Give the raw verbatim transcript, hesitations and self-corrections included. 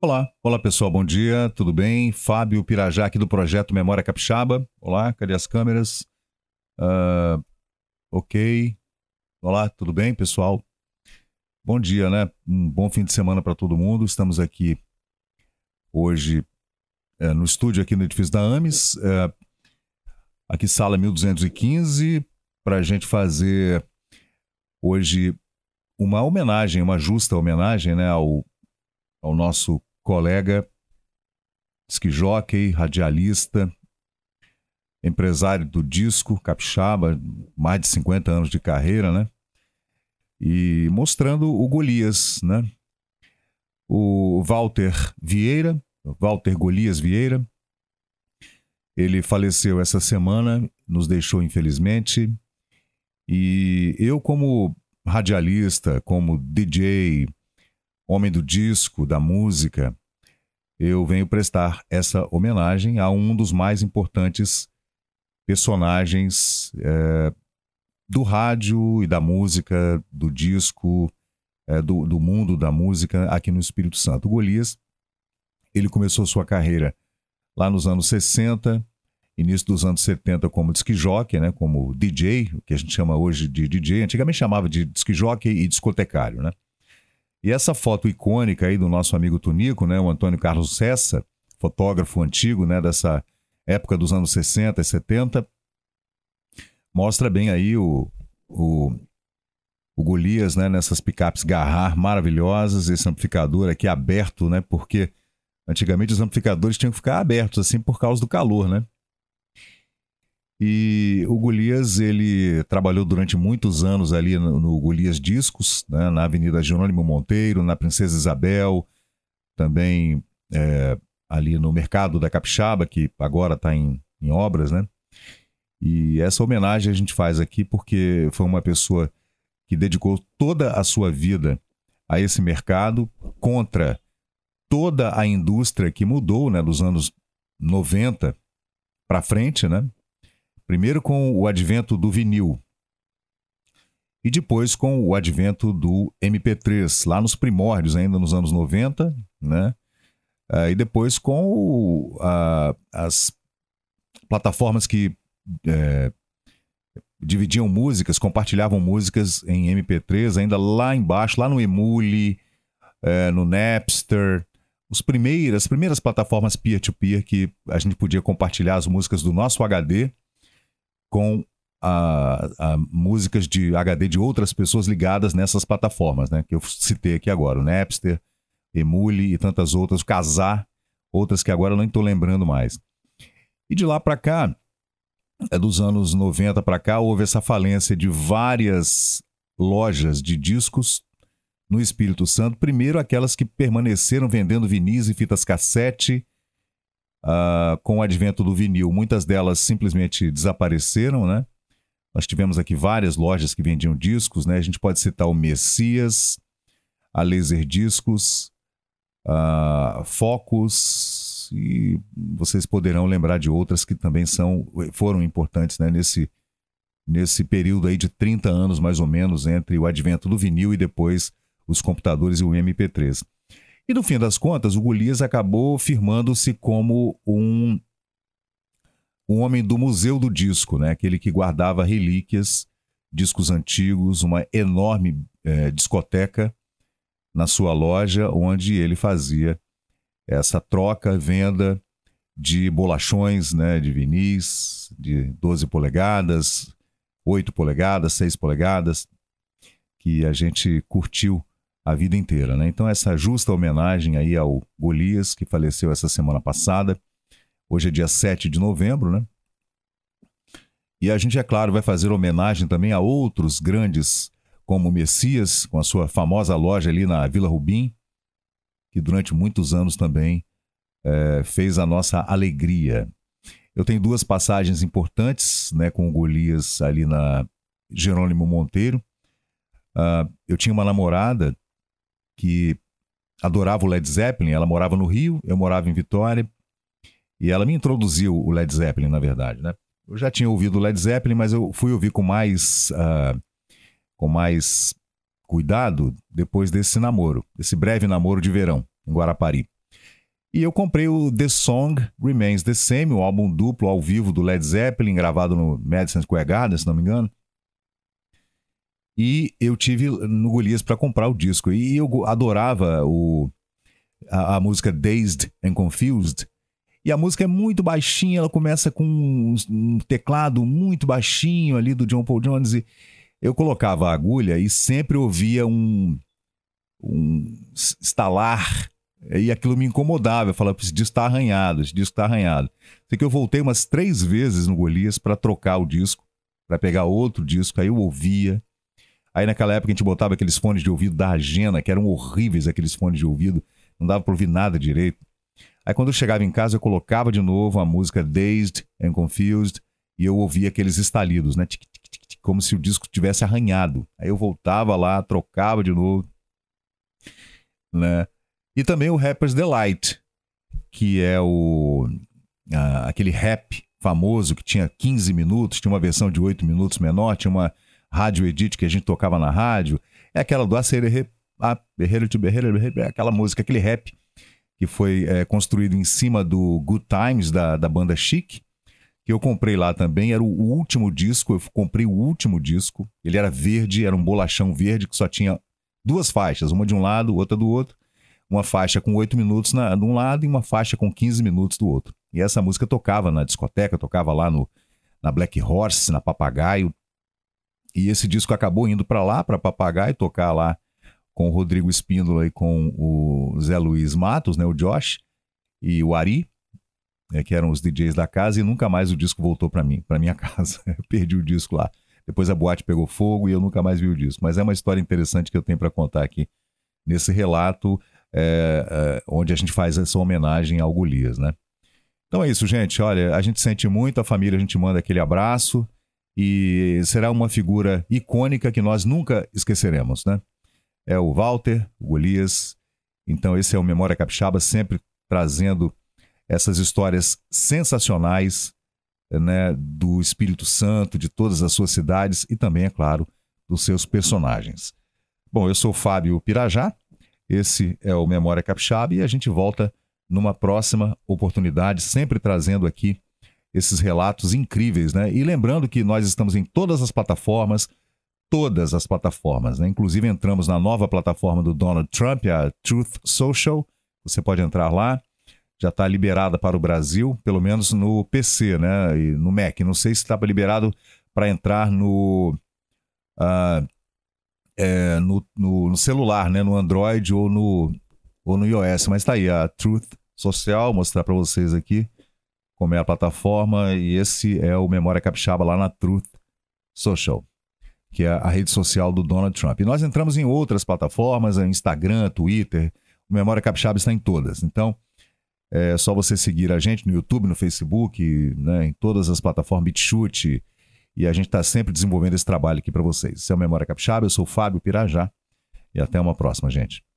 Olá, olá pessoal, bom dia, tudo bem? Fábio Pirajá aqui do Projeto Memória Capixaba. Olá, cadê as câmeras? Uh, ok. Olá, tudo bem pessoal? Bom dia, né? Um bom fim de semana para todo mundo. Estamos aqui hoje é, no estúdio aqui no edifício da AMES, é, aqui sala mil duzentos e quinze, para a gente fazer hoje uma homenagem, uma justa homenagem, né, ao, ao nosso colega ski jockey, radialista, empresário do disco capixaba, mais de cinquenta anos de carreira, né? E mostrando o Golias, né? O Walter Vieira, Walter Golias Vieira, ele faleceu essa semana, nos deixou infelizmente, e eu como radialista, como D J, homem do disco, da música, eu venho prestar essa homenagem a um dos mais importantes personagens é, do rádio e da música, do disco, é, do, do mundo da música aqui no Espírito Santo. O Golias, ele começou sua carreira lá nos anos sessenta, início dos anos setenta como disc jockey, né, como D J, o que a gente chama hoje de D J, antigamente chamava de disc jockey e discotecário, né? E essa foto icônica aí do nosso amigo Tunico, né, o Antônio Carlos Cessa, fotógrafo antigo, né, dessa época dos anos sessenta e setenta, mostra bem aí o, o, o Golias, né, nessas picapes Garrar maravilhosas, esse amplificador aqui aberto, né, porque antigamente os amplificadores tinham que ficar abertos assim por causa do calor, né? E o Golias, ele trabalhou durante muitos anos ali no, no Golias Discos, né, na Avenida Jerônimo Monteiro, na Princesa Isabel, também é, ali no Mercado da Capixaba, que agora está em, em obras, né? E essa homenagem a gente faz aqui porque foi uma pessoa que dedicou toda a sua vida a esse mercado contra toda a indústria que mudou, né, dos anos noventa para frente, né? Primeiro com o advento do vinil e depois com o advento do M P três, lá nos primórdios, ainda nos anos noventa, né? Uh, e depois com o, uh, as plataformas que uh, dividiam músicas, compartilhavam músicas em M P três, ainda lá embaixo, lá no Emule, uh, no Napster, os primeiros, as primeiras plataformas peer-to-peer que a gente podia compartilhar as músicas do nosso H D com a, a músicas de H D de outras pessoas ligadas nessas plataformas, né? Que eu citei aqui agora, o Napster, Emule e tantas outras, o Kazaa, outras que agora eu nem estou lembrando mais. E de lá para cá, é dos anos noventa para cá, houve essa falência de várias lojas de discos no Espírito Santo. Primeiro aquelas que permaneceram vendendo vinis e fitas cassete. Uh, com o advento do vinil, muitas delas simplesmente desapareceram, né? Nós tivemos aqui várias lojas que vendiam discos, né? A gente pode citar o Messias, a Laser Discos, a Focus, e vocês poderão lembrar de outras que também são, foram importantes, né? Nesse, nesse período aí de trinta anos, mais ou menos, entre o advento do vinil e depois os computadores e o M P três. E no fim das contas, o Golias acabou firmando-se como um, um homem do Museu do Disco, né? Aquele que guardava relíquias, discos antigos, uma enorme é, discoteca na sua loja, onde ele fazia essa troca, venda de bolachões, né? De vinis, de doze polegadas, oito polegadas, seis polegadas, que a gente curtiu a vida inteira, né? Então essa justa homenagem aí ao Golias, que faleceu essa semana passada. Hoje é dia sete de novembro, né? E a gente, é claro, vai fazer homenagem também a outros grandes, como o Messias, com a sua famosa loja ali na Vila Rubim, que durante muitos anos também é, fez a nossa alegria. Eu tenho duas passagens importantes, né, com o Golias ali na Jerônimo Monteiro. Uh, eu tinha uma namorada que adorava o Led Zeppelin, ela morava no Rio, eu morava em Vitória, e ela me introduziu o Led Zeppelin, na verdade, né? Eu já tinha ouvido o Led Zeppelin, mas eu fui ouvir com mais, uh, com mais cuidado depois desse namoro, desse breve namoro de verão, em Guarapari. E eu comprei o The Song Remains the Same, o álbum duplo ao vivo do Led Zeppelin, gravado no Madison Square Garden, se não me engano. E eu tive no Golias para comprar o disco. E eu adorava o, a, a música Dazed and Confused. E a música é muito baixinha, ela começa com um, um teclado muito baixinho ali do John Paul Jones. E eu colocava a agulha e sempre ouvia um, um estalar. E aquilo me incomodava. Eu falava, esse disco está arranhado, esse disco está arranhado. Sei que eu voltei umas três vezes no Golias para trocar o disco, para pegar outro disco, aí eu ouvia. Aí naquela época a gente botava aqueles fones de ouvido da Agena, que eram horríveis aqueles fones de ouvido, não dava para ouvir nada direito. Aí quando eu chegava em casa eu colocava de novo a música Dazed and Confused e eu ouvia aqueles estalidos, né? Tic, tic, tic, tic, como se o disco tivesse arranhado. Aí eu voltava lá, trocava de novo, né? E também o Rapper's Delight, que é o ah, aquele rap famoso que tinha quinze minutos, tinha uma versão de oito minutos menor, tinha uma rádio edit que a gente tocava na rádio, é aquela do Acererê, aquela música, aquele rap que foi é, construído em cima do Good Times da, da banda Chic, que eu comprei lá também, era o, o último disco, eu comprei o último disco, ele era verde, era um bolachão verde que só tinha duas faixas, uma de um lado, outra do outro, uma faixa com oito minutos na, de um lado e uma faixa com quinze minutos do outro. E essa música tocava na discoteca, tocava lá no, na Black Horse, na Papagaio. E esse disco acabou indo para lá, para Papagaio, tocar lá com o Rodrigo Espíndola e com o Zé Luiz Matos, né, o Josh, e o Ari, né, que eram os D Js da casa, e nunca mais o disco voltou para mim, para minha casa. Eu perdi o disco lá. Depois a boate pegou fogo e eu nunca mais vi o disco. Mas é uma história interessante que eu tenho para contar aqui nesse relato, é, é, onde a gente faz essa homenagem ao Golias, né? Então é isso, gente. Olha, a gente sente muito, a família, a gente manda aquele abraço. E será uma figura icônica que nós nunca esqueceremos, né? É o Walter, o Golias. Então esse é o Memória Capixaba, sempre trazendo essas histórias sensacionais, né, do Espírito Santo, de todas as suas cidades e também, é claro, dos seus personagens. Bom, eu sou o Fábio Pirajá, esse é o Memória Capixaba e a gente volta numa próxima oportunidade, sempre trazendo aqui esses relatos incríveis, né? E lembrando que nós estamos em todas as plataformas, todas as plataformas, né? Inclusive entramos na nova plataforma do Donald Trump, a Truth Social. Você pode entrar lá, já está liberada para o Brasil, pelo menos no P C, né? E no Mac. Não sei se estava liberado para entrar no, uh, é, no, no, no celular, né? No Android ou no, ou no iOS, mas está aí a Truth Social, mostrar para vocês aqui como é a plataforma, e esse é o Memória Capixaba lá na Truth Social, que é a rede social do Donald Trump. E nós entramos em outras plataformas, Instagram, Twitter, o Memória Capixaba está em todas. Então, é só você seguir a gente no YouTube, no Facebook, né, em todas as plataformas, BitChute, e a gente está sempre desenvolvendo esse trabalho aqui para vocês. Esse é o Memória Capixaba, eu sou o Fábio Pirajá, e até uma próxima, gente.